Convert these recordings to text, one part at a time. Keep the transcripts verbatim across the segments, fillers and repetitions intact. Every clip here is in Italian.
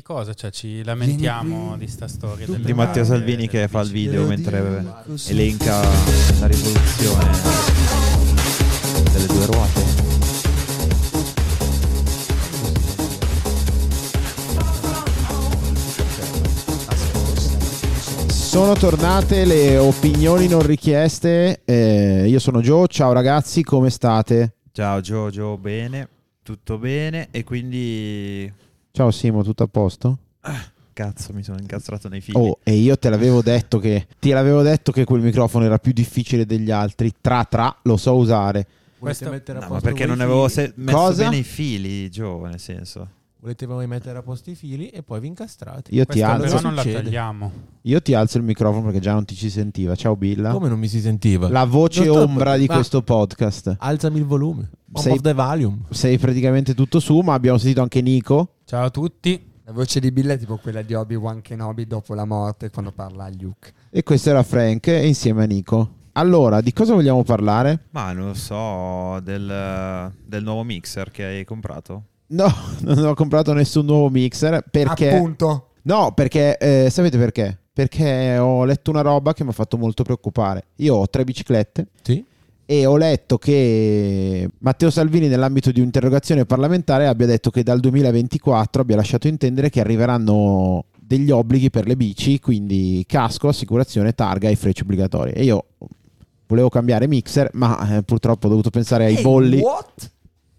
cosa? Cioè ci lamentiamo di sta storia Tu, delle di Matteo mare, Salvini delle che fa il bici. video mentre elenca la rivoluzione delle due ruote. Sono tornate le opinioni non richieste. Eh, io sono Gio, ciao ragazzi, come state? Ciao Gio, Gio, bene, tutto bene. E quindi Ciao Simo, tutto a posto? ah, cazzo, mi sono incastrato nei fili. Oh, e io te l'avevo detto che Ti l'avevo detto che quel microfono era più difficile degli altri. Tra tra, lo so usare. Questo- mettere a No, posto ma perché voi non i avevo fili? se- messo Cosa? bene i fili, Gio, nel senso. Volete voi mettere a posto i fili e poi vi incastrate. Io ti, Questa alzo, però non la succede. tagliamo. io ti alzo il microfono perché già non ti ci sentiva. Ciao Billa. Come non mi si sentiva? La voce Non sto- ombra di ma- questo podcast. Alzami il volume. On Sei- of the volume. Sei praticamente tutto su, ma abbiamo sentito anche Nico. Ciao a tutti. La voce di Bill è tipo quella di Obi-Wan Kenobi dopo la morte quando parla a Luke. E questo era Frank insieme a Nico. Allora, di cosa vogliamo parlare? Ma non lo so, del, del nuovo mixer che hai comprato? No, non ho comprato nessun nuovo mixer perché... Appunto. No, perché eh, sapete perché? Perché ho letto una roba che mi ha fatto molto preoccupare. Io ho tre biciclette Sì. e ho letto che Matteo Salvini nell'ambito di un'interrogazione parlamentare abbia detto che dal duemilaventiquattro abbia lasciato intendere che arriveranno degli obblighi per le bici, quindi casco, assicurazione, targa e frecce obbligatorie. E io volevo cambiare mixer, ma eh, purtroppo ho dovuto pensare ai Hey, bolli. What?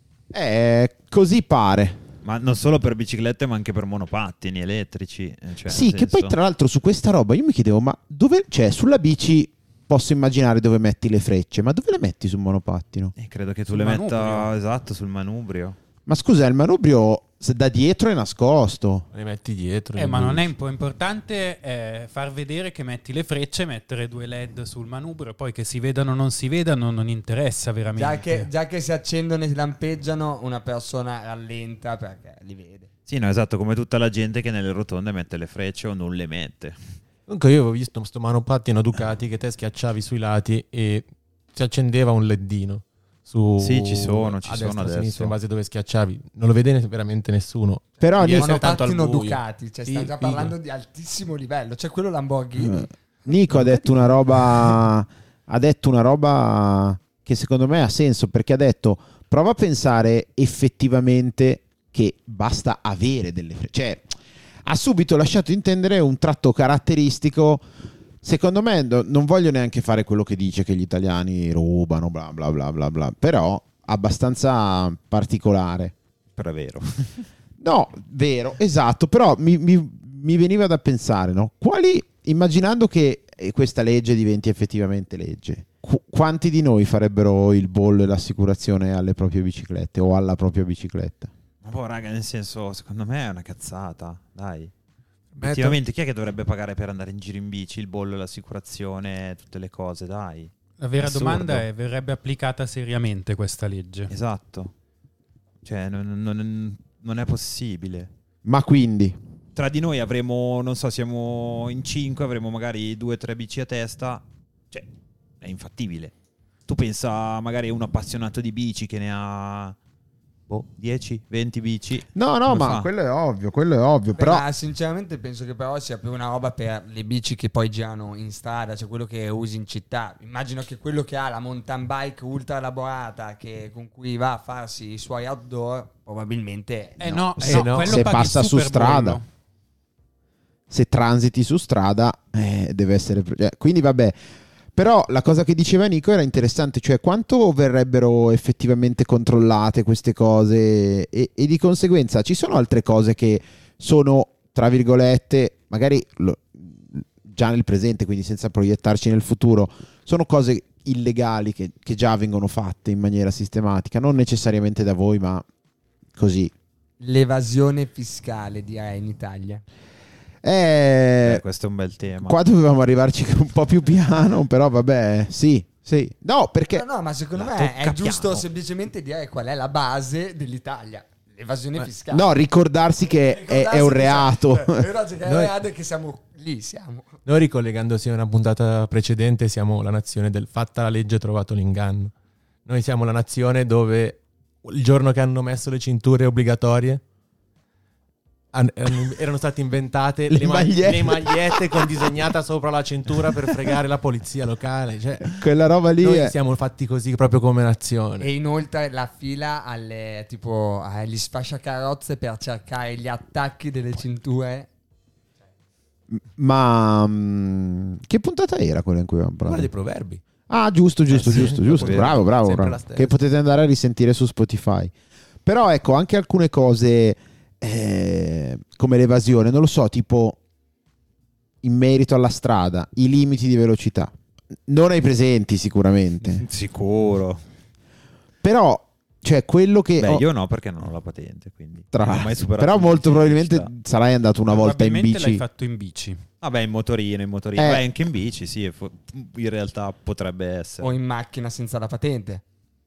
Eh, così pare. Ma non solo per biciclette, ma anche per monopattini elettrici. eh, Cioè, Sì, nel che poi senso- tra l'altro su questa roba io mi chiedevo, ma dove, cioè sulla bici posso immaginare dove metti le frecce, ma dove le metti sul monopattino? Eh, credo che tu Sul le manubrio. metta esatto sul manubrio. Ma scusa, il manubrio se da dietro è nascosto. Le metti dietro. Eh, le ma non è buci. un po' importante eh, far vedere che metti le frecce, mettere due L E D sul manubrio, poi che si vedano o non si vedano non interessa veramente. Già che, già che si accendono e lampeggiano, una persona rallenta perché li vede. Sì, no, esatto, come tutta la gente che nelle rotonde mette le frecce o non le mette. Comunque io avevo visto questo monopattino Ducati che te schiacciavi sui lati e si accendeva un leddino. Su, Sì, ci sono, ci a sono destra, a adesso. sinistra, in base a dove schiacciavi. Non lo vede veramente nessuno. Però Devi Nico, essere tanto al Monopattino buio. Ducati, cioè Sì, stiamo già figo. parlando di altissimo livello. C'è quello Lamborghini. Nico ha detto una roba ha detto una roba che secondo me ha senso, perché ha detto prova a pensare effettivamente che basta avere delle frecce. Cioè, ha subito lasciato intendere un tratto caratteristico. Secondo me no- non voglio neanche fare quello che dice che gli italiani rubano, bla bla bla bla bla, però abbastanza particolare. Però è vero. No, vero, esatto, però mi, mi- mi veniva da pensare, no? Quali, immaginando che eh, questa legge diventi effettivamente legge, qu- quanti di noi farebbero il bollo e l'assicurazione alle proprie biciclette o alla propria bicicletta? Ma boh, raga, nel senso, secondo me è una cazzata, dai. Metto- Effettivamente, chi è che dovrebbe pagare per andare in giro in bici, il bollo, l'assicurazione, tutte le cose, dai. La vera Assurdo. domanda è: verrebbe applicata seriamente questa legge? Esatto. Cioè, non, non- non è possibile. Ma quindi, Tra di noi avremo, non so, siamo in cinque, avremo magari due o tre bici a testa. Cioè, è infattibile. Tu pensa magari a un appassionato di bici che ne ha boh, dieci, venti bici. no, no, Come ma fa? quello è ovvio, quello è ovvio, Beh, però ma sinceramente penso che però sia più una roba per le bici che poi girano in strada, cioè quello che usi in città. Immagino che quello che ha la mountain bike ultra elaborata che, con cui va a farsi i suoi outdoor probabilmente Eh no. no, Eh no, no. quello Se paghi passa il su super strada. bollo. se transiti su strada eh, deve essere eh, quindi vabbè. Però la cosa che diceva Nico era interessante, cioè quanto verrebbero effettivamente controllate queste cose e, e di conseguenza ci sono altre cose che sono, tra virgolette, magari lo- già nel presente, quindi senza proiettarci nel futuro, sono cose illegali che, che già vengono fatte in maniera sistematica, non necessariamente da voi, ma così. L'evasione fiscale direi in Italia. Eh, Eh, questo è un bel tema. qua dovevamo arrivarci un po' più piano, però vabbè, sì, sì. No, perché No, no, ma secondo La me è tocca giusto piano. semplicemente dire qual è la base dell'Italia. L'evasione fiscale. no, ricordarsi che è, è un reato. Ricordarsi che è un Noi- reato e che siamo lì, siamo. Noi, ricollegandosi a una puntata precedente, siamo la nazione del fatta la legge, trovato l'inganno. Noi siamo la nazione dove il giorno che hanno messo le cinture obbligatorie an- erano erano state inventate Le le, ma- magliette. le magliette con disegnata sopra la cintura per fregare la polizia locale. Cioè, Quella roba lì noi è... siamo fatti così proprio come nazione. E inoltre la fila alle tipo agli sfasciacarrozze per cercare gli attacchi delle cinture. Ma mm, che puntata era quella in cui avevamo Guarda i parlato? proverbi. Ah, giusto, giusto, Eh sì, giusto, giusto. proprio Bravo, bravo, sempre bravo. la stessa. Che potete andare a risentire su Spotify. Però ecco, anche alcune cose eh, come l'evasione, non lo so, tipo in merito alla strada, i limiti di velocità. Non hai presenti sicuramente. Sicuro. Però, cioè, quello che... Beh, ho- io no, perché non ho la patente, quindi tra non ho mai superato però il molto limite di probabilmente velocità. sarai andato una volta in Probabilmente bici. l'hai fatto in bici. Vabbè, in motorino, in motorino. Eh. Beh, anche in bici, sì, e fo- in realtà potrebbe essere. O in macchina senza la patente.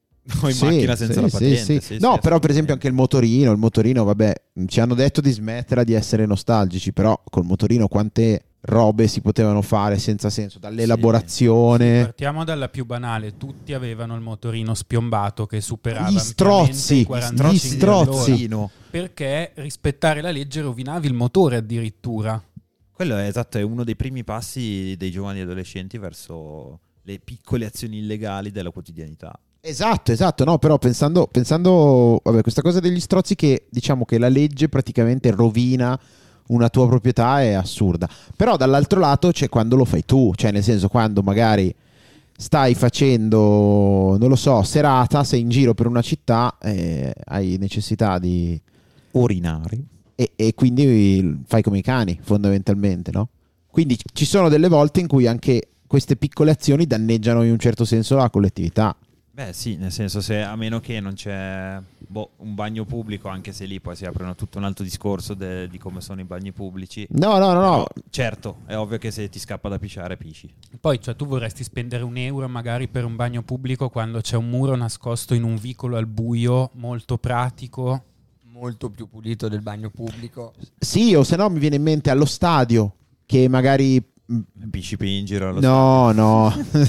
O in Sì, macchina senza sì, la sì, patente. sì. sì, no, sì, però per esempio assolutamente. anche il motorino, il motorino, vabbè, ci hanno detto di smetterla di essere nostalgici, però col motorino quante robe si potevano fare senza senso, dall'elaborazione, Partiamo dalla più banale. Tutti avevano il motorino spiombato che superava Gli strozzi, ampiamente i gli quarantacinque strozzi. all'ora, perché rispettare la legge rovinavi il motore addirittura. Quello è esatto, è uno dei primi passi dei giovani adolescenti verso le piccole azioni illegali della quotidianità. Esatto, esatto, no, però pensando, pensando, vabbè, questa cosa degli strozzi che diciamo che la legge praticamente rovina una tua proprietà è assurda. Però dall'altro lato c'è quando lo fai tu, cioè nel senso quando magari stai facendo, non lo so, serata, sei in giro per una città, eh, hai necessità di... Orinari. E, e quindi fai come i cani, fondamentalmente, no? Quindi ci sono delle volte in cui anche queste piccole azioni danneggiano in un certo senso la collettività. Beh sì, nel senso se a meno che non c'è boh, un bagno pubblico, anche se lì poi si apre una- tutto un altro discorso de- di come sono i bagni pubblici. No, no, no, no. Però, certo, è ovvio che se ti scappa da pisciare, pisci. Poi, cioè, tu vorresti spendere un euro magari per un bagno pubblico quando c'è un muro nascosto in un vicolo al buio, molto pratico. Molto più pulito del bagno pubblico. Sì, o se no mi viene in mente allo stadio, che magari... Pisci per in giro allo No, no.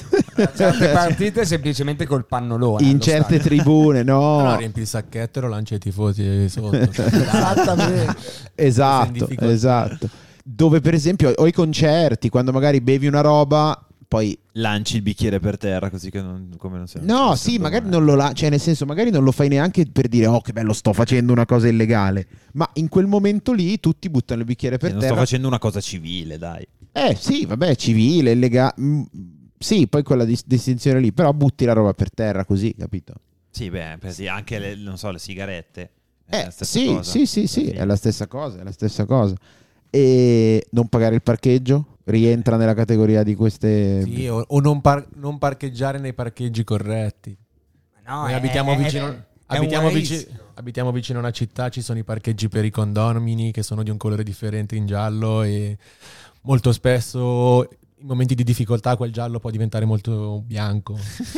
Certe partite semplicemente col pannolone. In allo certe stadio. tribune, no. Allora riempi il sacchetto e lo lanci ai tifosi sotto. Esattamente. Esatto, Sei in difficoltà. esatto. Dove per esempio, o i concerti, quando magari bevi una roba, poi... Lanci il bicchiere per terra così che non, come non sia. No, non sì, sia magari domani. non lo la- cioè nel senso, magari non lo fai neanche per dire oh che bello sto facendo una cosa illegale, ma in quel momento lì tutti buttano il bicchiere per non terra. sto facendo una cosa civile, dai. Eh sì, vabbè, civile, illegale. Sì, poi quella dis- distinzione lì, però butti la roba per terra così, capito? Sì, beh, per sì, anche le, non so, le sigarette. È Eh la stessa sì, cosa, sì, sì, alla sì, fine. è la stessa cosa, è la stessa cosa. E non pagare il parcheggio rientra nella categoria di queste... Sì, o o non, par- non parcheggiare nei parcheggi corretti. No, Noi è- abitiamo è- vicino, è- è abitiamo, un vici- rischio. abitiamo vicino a una città, ci sono i parcheggi per i condomini che sono di un colore differente in giallo e molto spesso in momenti di difficoltà quel giallo può diventare molto bianco.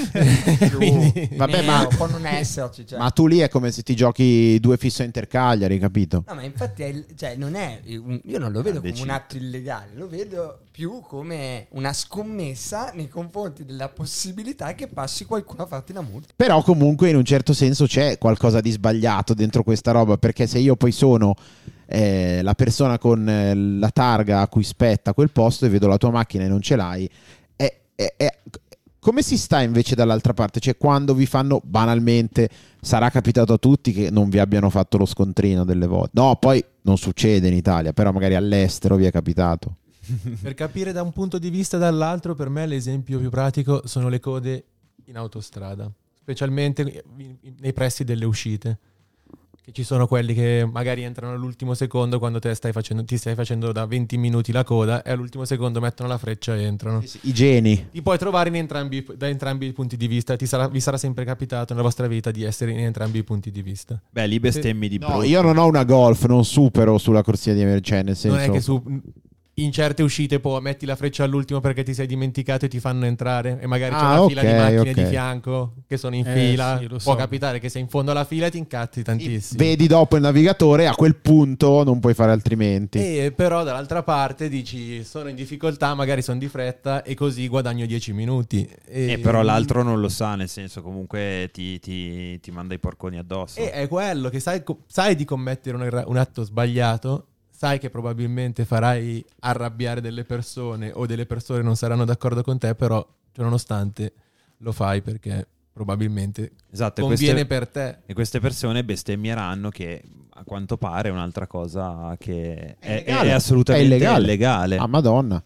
Quindi, Vabbè, Nero, ma- può non esserci. Cioè. Ma tu lì è come se ti giochi due fisso a Intercagliari, capito? No, ma infatti è il- cioè, non è un- io non lo vedo come Grande un atto illegale, lo vedo più come una scommessa nei confronti della possibilità che passi qualcuno a farti una multa. Però comunque in un certo senso c'è qualcosa di sbagliato dentro questa roba, perché se io poi sono eh, la persona con eh, la targa a cui spetta quel posto e vedo la tua macchina e non ce l'hai, è, è- è- come si sta invece dall'altra parte? Cioè quando vi fanno, banalmente, sarà capitato a tutti che non vi abbiano fatto lo scontrino delle volte. No, poi non succede in Italia, però magari all'estero vi è capitato. per capire da un punto di vista e dall'altro, per me l'esempio più pratico sono le code in autostrada, specialmente nei pressi delle uscite. Che ci sono quelli che magari entrano all'ultimo secondo quando te stai facendo, ti stai facendo da venti minuti la coda e all'ultimo secondo mettono la freccia e entrano. I geni. Ti puoi trovare in entrambi, da entrambi i punti di vista, ti sarà, vi sarà sempre capitato nella vostra vita di essere in entrambi i punti di vista. Beh, lì bestemmi di No, brutto. io non ho una Golf, non supero sulla corsia di emergenza, cioè nel senso... Non è che su, in certe uscite può metti la freccia all'ultimo perché ti sei dimenticato e ti fanno entrare e magari c'è Ah, una ok, fila di macchine ok. di fianco che sono in Eh, fila, sì, lo può so. capitare che sei in fondo alla fila e ti incazzi tantissimo. Vedi dopo il navigatore, a quel punto non puoi fare altrimenti. E però dall'altra parte dici sono in difficoltà, magari sono di fretta e così guadagno dieci minuti. E, E però l'altro non lo sa, nel senso comunque ti, ti, ti manda i porconi addosso. E è quello che sai, sai di commettere un, un atto sbagliato, sai che probabilmente farai arrabbiare delle persone o delle persone non saranno d'accordo con te, però cioè, nonostante lo fai perché probabilmente Esatto, e conviene queste, per te. e queste persone bestemmieranno che a quanto pare è un'altra cosa che è, è, legale. è assolutamente È illegale. illegale. Ah, Madonna.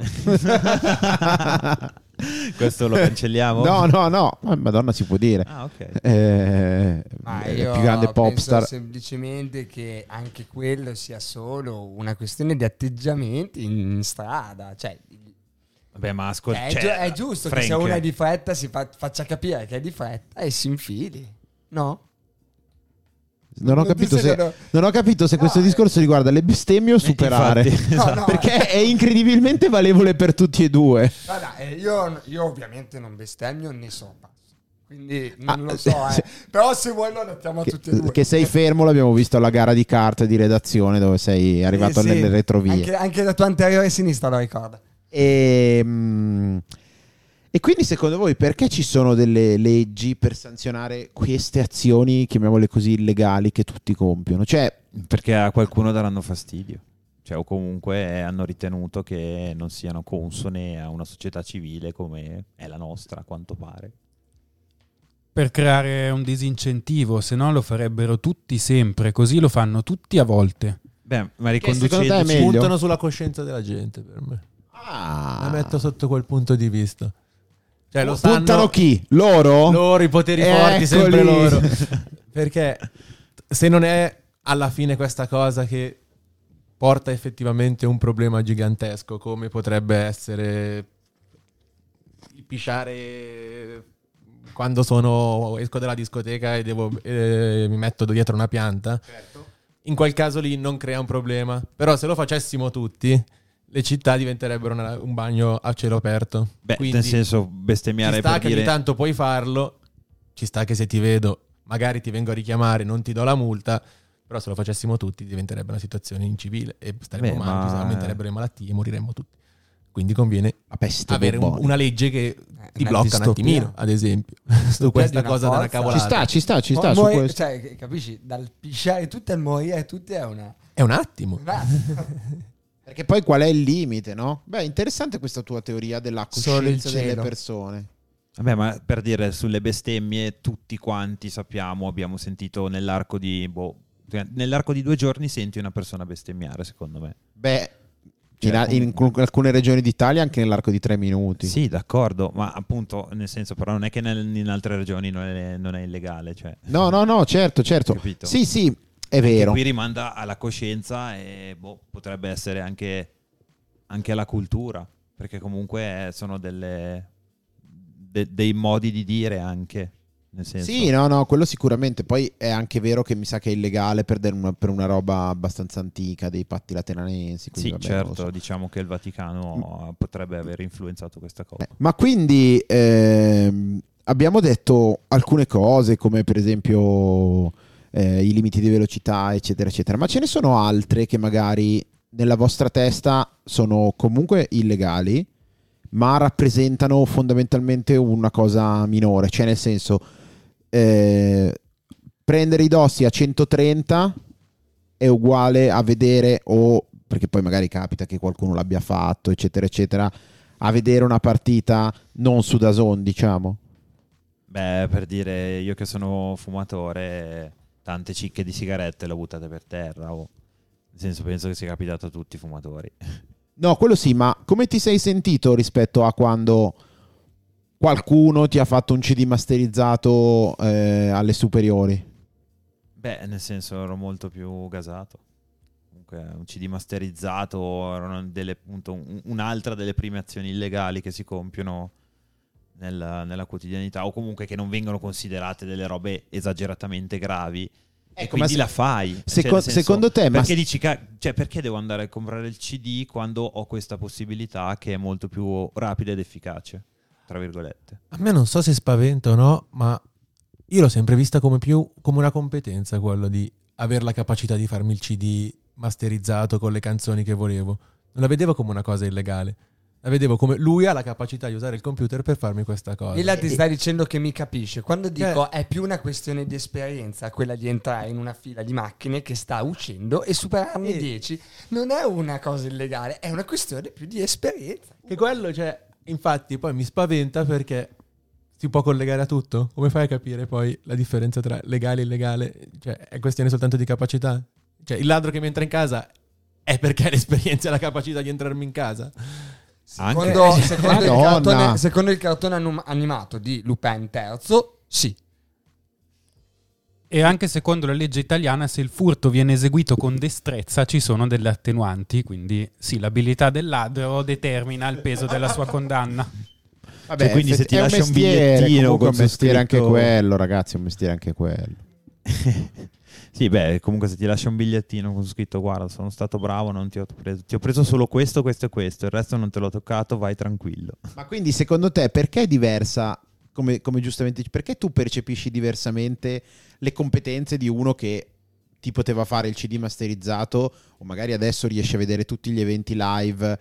Questo lo cancelliamo? No, no, no. Ma Madonna si può dire. Ah, ok. Eh, Ma è il io più grande penso popstar. semplicemente che anche quello sia solo una questione di atteggiamenti in strada. Cioè, Vabbè, ma ascolta, è, cioè, giu- è giusto Frank, che se uno è di fretta si fa- faccia capire che è di fretta e si infili. No? Non ho Tu capito sei se, quello- non ho capito se No, questo eh. discorso riguarda le bestemmie o superare. infatti, No, no, Perché è incredibilmente valevole per tutti e due. Guarda, eh, io, io ovviamente non bestemmio né sopra. Quindi non Ah, lo so, se- eh. Però se vuoi lo adottiamo a tutti e Che, due. che sei fermo, l'abbiamo visto alla gara di carte di redazione dove sei arrivato Eh, sì. nelle retrovie. Anche, anche la tua anteriore sinistra lo ricorda. E, mm, e quindi secondo voi perché ci sono delle leggi per sanzionare queste azioni, chiamiamole così, illegali che tutti compiono? Cioè, perché a qualcuno daranno fastidio. Cioè, o comunque hanno ritenuto che non siano consone a una società civile come è la nostra, a quanto pare. Per creare un disincentivo, se no lo farebbero tutti sempre, così lo fanno tutti a volte. Beh, ma secondo te è riconducendoci... meglio? Puntano sulla coscienza della gente per me. ah, La metto sotto quel punto di vista. Cioè lo puntano sanno chi? Loro? loro, i poteri Eccoli. forti, sempre loro. Perché se non è alla fine questa cosa che porta effettivamente un problema gigantesco, come potrebbe essere il pisciare quando sono esco dalla discoteca e devo, eh, mi metto dietro una pianta, in quel caso lì non crea un problema. Però se lo facessimo tutti, le città diventerebbero una- un bagno a cielo aperto. Beh, Quindi nel senso, ci bestemmiare sta per che dire... ogni tanto puoi farlo, ci sta che se ti vedo magari ti vengo a richiamare, non ti do la multa, però se lo facessimo tutti diventerebbe una situazione incivile e staremmo Beh, male, ma- ci aumenterebbero le malattie e moriremmo tutti. Quindi conviene La peste avere un- bubbonica. una legge che ti una blocca un distopia. attimino, ad esempio, su questa di una cosa della forza. cavolata. Ci sta, ci sta, ci sta Mo- su muori- questo. Cioè, che- capisci? Dal pisciare tutti al morire tutti è una... È un attimo. una- Perché poi qual è il limite, no? Beh, interessante questa tua teoria della Solo il coscienza delle cielo. persone. Vabbè, ma per dire, sulle bestemmie tutti quanti sappiamo, abbiamo sentito nell'arco di... Boh, nell'arco di due giorni senti una persona bestemmiare, secondo me. Beh, Cioè, in, a- in alcun- alcune regioni d'Italia anche nell'arco di tre minuti. Sì, d'accordo, ma appunto, nel senso, però non è che nel- in altre regioni non è, non è illegale, cioè... No, no, no, certo, certo. Capito? Sì, sì, è Anche vero. qui rimanda alla coscienza e boh, potrebbe essere anche, anche alla cultura, perché comunque sono delle, de- dei modi di dire anche, nel senso... Sì, no, no, quello sicuramente. Poi è anche vero che mi sa che è illegale per, del- una, per una roba abbastanza antica dei patti lateranensi. quindi Sì, vabbè, non lo certo, so. diciamo che il Vaticano potrebbe aver influenzato questa cosa. Eh, Ma quindi ehm, abbiamo detto alcune cose come per esempio eh, i limiti di velocità eccetera eccetera, ma ce ne sono altre che magari nella vostra testa sono comunque illegali ma rappresentano fondamentalmente una cosa minore, cioè nel senso eh, prendere i dossi a centotrenta è uguale a vedere, o perché poi magari capita che qualcuno l'abbia fatto eccetera eccetera, a vedere una partita non su DAZN, diciamo. Beh, per dire, io che sono fumatore, tante cicche di sigarette le ho buttate per terra, o... nel senso, penso che sia capitato a tutti i fumatori. No, quello sì, ma come ti sei sentito rispetto a quando qualcuno ti ha fatto un C D masterizzato eh, alle superiori? Beh, nel senso, ero molto più gasato. Comunque, un C D masterizzato era una delle, appunto, un- un'altra delle prime azioni illegali che si compiono nella, nella quotidianità, o comunque che non vengono considerate delle robe esageratamente gravi, E Ecco, quindi ma se- la fai. seco- Cioè, nel senso, secondo te, ma perché s- dici ca- cioè, perché devo andare a comprare il C D quando ho questa possibilità che è molto più rapida ed efficace, tra virgolette? A me non so se spaventa o no, ma io l'ho sempre vista come più come una competenza, quello di avere la capacità di farmi il C D masterizzato con le canzoni che volevo. Non la vedevo come una cosa illegale. La vedevo come lui ha la capacità di usare il computer per farmi questa cosa. E là ti stai dicendo che mi capisce. Quando dico Eh. è più una questione di esperienza, quella di entrare in una fila di macchine che sta uscendo e superarne Eh. dieci, non è una cosa illegale, è una questione più di esperienza. Che quello, cioè, infatti poi mi spaventa perché si può collegare a tutto. Come fai a capire poi la differenza tra legale e illegale? Cioè, è questione soltanto di capacità? Cioè, il ladro che mi entra in casa è perché ha l'esperienza e la capacità di entrarmi in casa? Secondo, Anche- secondo, il Madonna. cartone, secondo il cartone anum- animato di Lupin terzo, sì. E anche secondo la legge italiana, se il furto viene eseguito con destrezza, ci sono delle attenuanti. Quindi sì, l'abilità del ladro determina il peso della sua condanna. Vabbè, Cioè, quindi se effetti- ti è un lascia un mestiere, bigliettino comunque è con un mestiere scritto- anche quello, ragazzi, è un mestiere anche quello. Sì, beh, comunque se ti lascia un bigliettino con scritto guarda, sono stato bravo, non ti ho preso, ti ho preso solo questo, questo e questo, il resto non te l'ho toccato, vai tranquillo. Ma quindi secondo te perché è diversa, come, come giustamente, perché tu percepisci diversamente le competenze di uno che ti poteva fare il C D masterizzato o magari adesso riesce a vedere tutti gli eventi live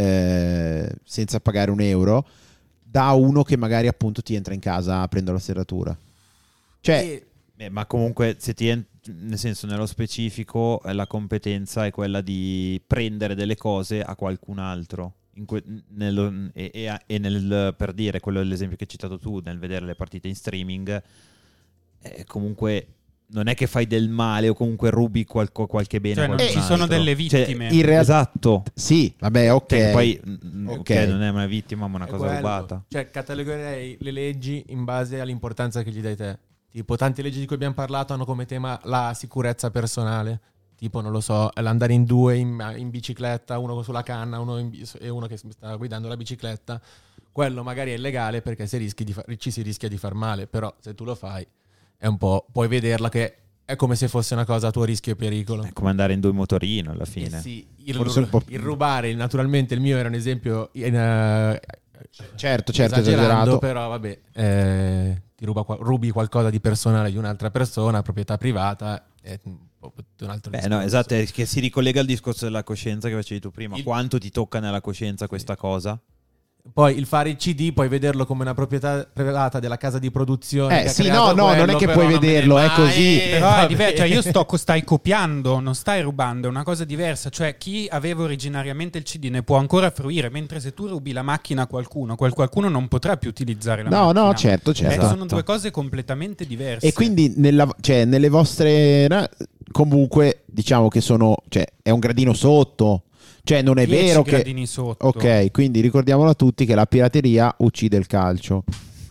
eh, senza pagare un euro, da uno che magari appunto ti entra in casa aprendo la serratura? Cioè, E- Beh, ma comunque se ti en- nel senso nello specifico eh, la competenza è quella di prendere delle cose a qualcun altro in que- nello- e, e a- e nel, per dire quello dell'esempio che hai citato tu nel vedere le partite in streaming eh, comunque non è che fai del male o comunque rubi qualco- qualche bene Cioè, a non qualcun ci sono altro. delle Cioè, vittime. in realtà esatto. sì, vabbè, ok. Cioè, che poi mm, Ok. ok, non è una vittima ma una È cosa quello. rubata. Cioè, catalogherei le leggi in base all'importanza che gli dai te. Tipo, tante leggi di cui abbiamo parlato hanno come tema la sicurezza personale. Tipo, non lo so, l'andare in due in, in bicicletta, uno sulla canna uno in bi- e uno che sta guidando la bicicletta. Quello magari è illegale perché se rischi di fa- ci si rischia di far male. Però se tu lo fai, è un po'... puoi vederla che è come se fosse una cosa a tuo rischio e pericolo. È come andare in due motorino alla fine. Eh sì, il, Forse un po'- il rubare, naturalmente il mio era un esempio in, eh, Certo, certo, esagerando, esagerato. però vabbè, eh, ti ruba qua- rubi qualcosa di personale di un'altra persona, proprietà privata, è un po' un altro Beh, discorso. no, esatto, è che si ricollega al discorso della coscienza che facevi tu prima. Il- Quanto ti tocca nella coscienza questa cosa? Poi il fare il C D, puoi vederlo come una proprietà privata della casa di produzione. Eh, che ha sì, creato no, no, non è quello, che però puoi non me ne vederlo, è mai- così. Però è vabbè. diver- cioè io sto, stai copiando, non stai rubando, è una cosa diversa. Cioè chi aveva originariamente il C D ne può ancora fruire, mentre se tu rubi la macchina a qualcuno, quel qualcuno non potrà più utilizzare la No, macchina. no, certo, Eh, certo. Sono Esatto. due cose completamente diverse. E quindi nella, cioè, nelle vostre na- comunque diciamo che sono, cioè, è un gradino sotto. Cioè non è dieci vero che gradini sotto. ok, quindi ricordiamolo a tutti che la pirateria uccide il calcio.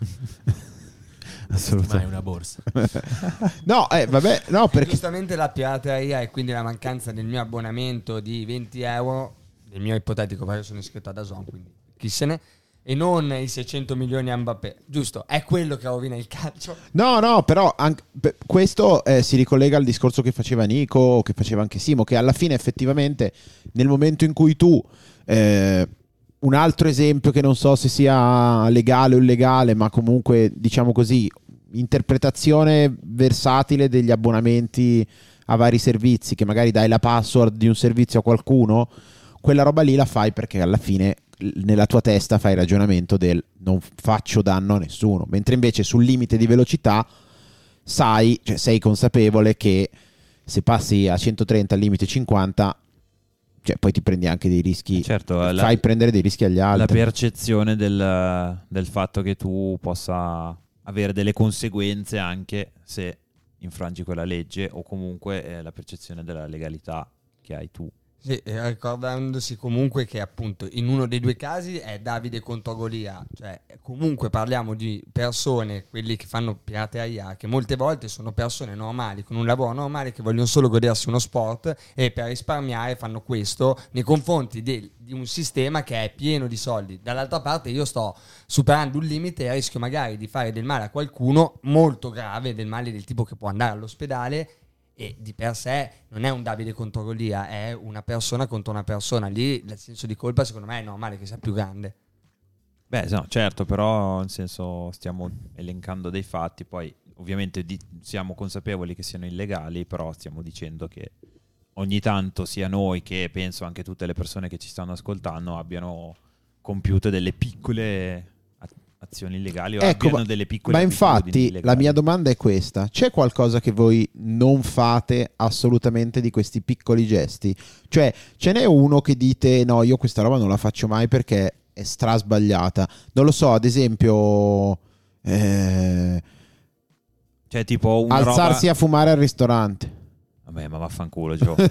Ma è Assolutamente. una borsa. No, eh, vabbè, no, perché Giustamente la pirateria e quindi la mancanza del mio abbonamento di venti euro, del mio ipotetico, perché sono iscritto ad Azon, quindi chi se ne... E non i seicento milioni a Mbappé, giusto? È quello che rovina il calcio. no, no, però anche- beh, questo eh, si ricollega al discorso che faceva Nico, o che faceva anche Simo, che alla fine effettivamente nel momento in cui tu eh, un altro esempio che non so se sia legale o illegale, ma comunque diciamo così, interpretazione versatile degli abbonamenti a vari servizi, che magari dai la password di un servizio a qualcuno, quella roba lì la fai perché alla fine nella tua testa fai il ragionamento del non faccio danno a nessuno, mentre invece sul limite di velocità sai, cioè sei consapevole che se passi a centotrenta al limite cinquanta, cioè poi ti prendi anche dei rischi, Certo, la- fai prendere dei rischi agli La altri. percezione del, del fatto che tu possa avere delle conseguenze anche se infrangi quella legge o comunque eh, la percezione della legalità che hai tu. Sì, e ricordandosi comunque che appunto in uno dei due casi è Davide contro Golia, cioè comunque parliamo di persone, quelli che fanno pirateria, che molte volte sono persone normali, con un lavoro normale, che vogliono solo godersi uno sport e per risparmiare fanno questo nei confronti del- di un sistema che è pieno di soldi. Dall'altra parte io sto superando un limite e rischio magari di fare del male a qualcuno molto grave, del male del tipo che può andare all'ospedale e di per sé non è un Davide contro Golia, è una persona contro una persona. Lì il senso di colpa secondo me è normale che sia più grande. Beh, no, certo, però nel senso stiamo elencando dei fatti, poi ovviamente di- siamo consapevoli che siano illegali, però stiamo dicendo che ogni tanto sia noi che penso anche tutte le persone che ci stanno ascoltando abbiano compiuto delle piccole a- azioni illegali o Ecco, abbiano ma, delle piccole ma abitudini infatti illegali. la mia domanda è questa: c'è qualcosa che voi non fate assolutamente di questi piccoli gesti? Cioè, ce n'è uno che dite no, io questa roba non la faccio mai perché è stra sbagliata, non lo so, ad esempio eh, Cioè tipo una alzarsi roba... a fumare al ristorante. Vabbè, ma vaffanculo, Gio. Ma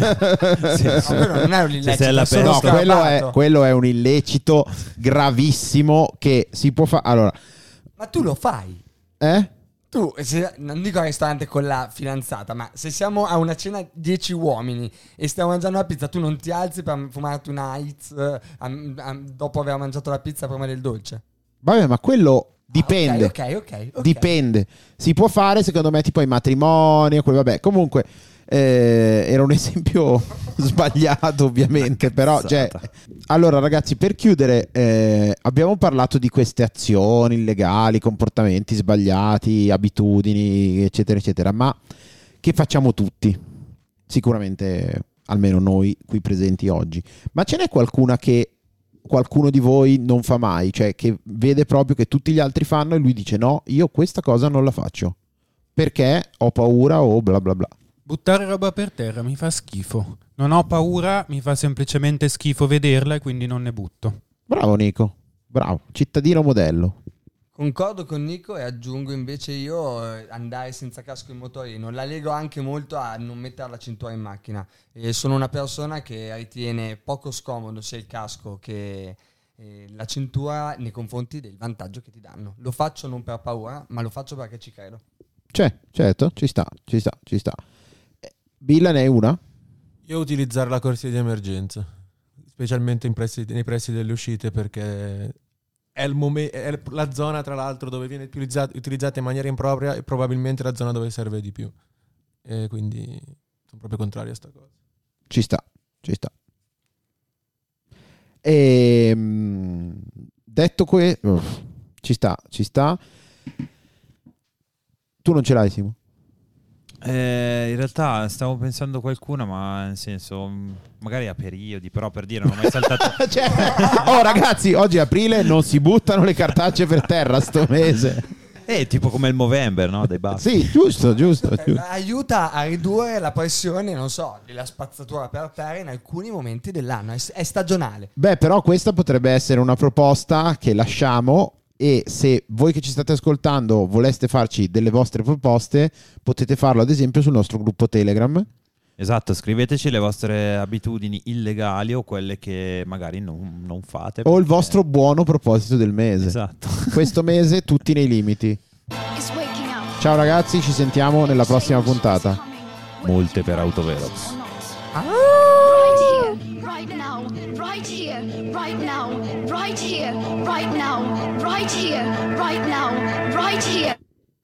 quello non è un Se sei illecito, alla è solo No, Però quello è, scappato. quello è un illecito gravissimo che si può fare. Allora, Ma tu lo fai? eh? Tu, se- non dico al ristorante con la fidanzata, ma se siamo a una cena dieci uomini e stiamo mangiando la pizza, tu non ti alzi per fumarti una Hitz eh, am- am- dopo aver mangiato la pizza prima del dolce? Vabbè, ma quello dipende. Ah, ok, ok, ok, ok. Dipende. Si può fare, secondo me, tipo ai matrimoni, o quel- vabbè, comunque eh, era un esempio sbagliato, ovviamente, però cioè, allora ragazzi, per chiudere, eh, abbiamo parlato di queste azioni illegali, comportamenti sbagliati, abitudini, eccetera, eccetera, ma che facciamo tutti? Sicuramente, almeno noi qui presenti oggi. Ma ce n'è qualcuna che qualcuno di voi non fa mai, cioè che vede proprio che tutti gli altri fanno e lui dice no, io questa cosa non la faccio perché ho paura o bla bla bla? Buttare roba per terra mi fa schifo. Non ho paura, mi fa semplicemente schifo vederla e quindi non ne butto. Bravo Nico, bravo, cittadino modello. Concordo con Nico e aggiungo invece io eh, andare senza casco in motorino. La lego anche molto a non mettere la cintura in macchina. E sono una persona che ritiene poco scomodo sia il casco che eh, la cintura nei confronti del vantaggio che ti danno. Lo faccio non per paura, ma lo faccio perché ci credo. C'è, certo, ci sta, ci sta, ci sta. Eh, Billa ne hai una? Io utilizzare la corsia di emergenza, specialmente in pressi- nei pressi delle uscite, perché è, il momen- è la zona, tra l'altro, dove viene utilizzata, utilizzata in maniera impropria e probabilmente la zona dove serve di più. E quindi sono proprio contrario a sta cosa. Ci sta, ci sta. E, detto questo, ci sta, ci sta. Tu non ce l'hai, Simo? Eh, in realtà stavo pensando qualcuna, ma nel senso mh, magari a periodi, però per dire non ho mai saltato. Cioè, oh ragazzi, oggi è aprile, non si buttano le cartacce per terra sto mese. Eh, tipo come il Movember, no? Dei bassi. Sì, giusto, giusto, Eh, giusto. aiuta a ridurre la pressione, non so, della spazzatura per terra in alcuni momenti dell'anno. È, è stagionale. Beh, però questa potrebbe essere una proposta che lasciamo, e se voi che ci state ascoltando voleste farci delle vostre proposte, potete farlo ad esempio sul nostro gruppo Telegram. Esatto, scriveteci le vostre abitudini illegali o quelle che magari non, non fate. O il perché- vostro buono proposito del mese. Esatto. Questo mese tutti nei limiti. Ciao ragazzi, ci sentiamo nella prossima puntata. Molte per Autovelox. Right here, right now, right here, right now, right here, right now, right here, right now, right here.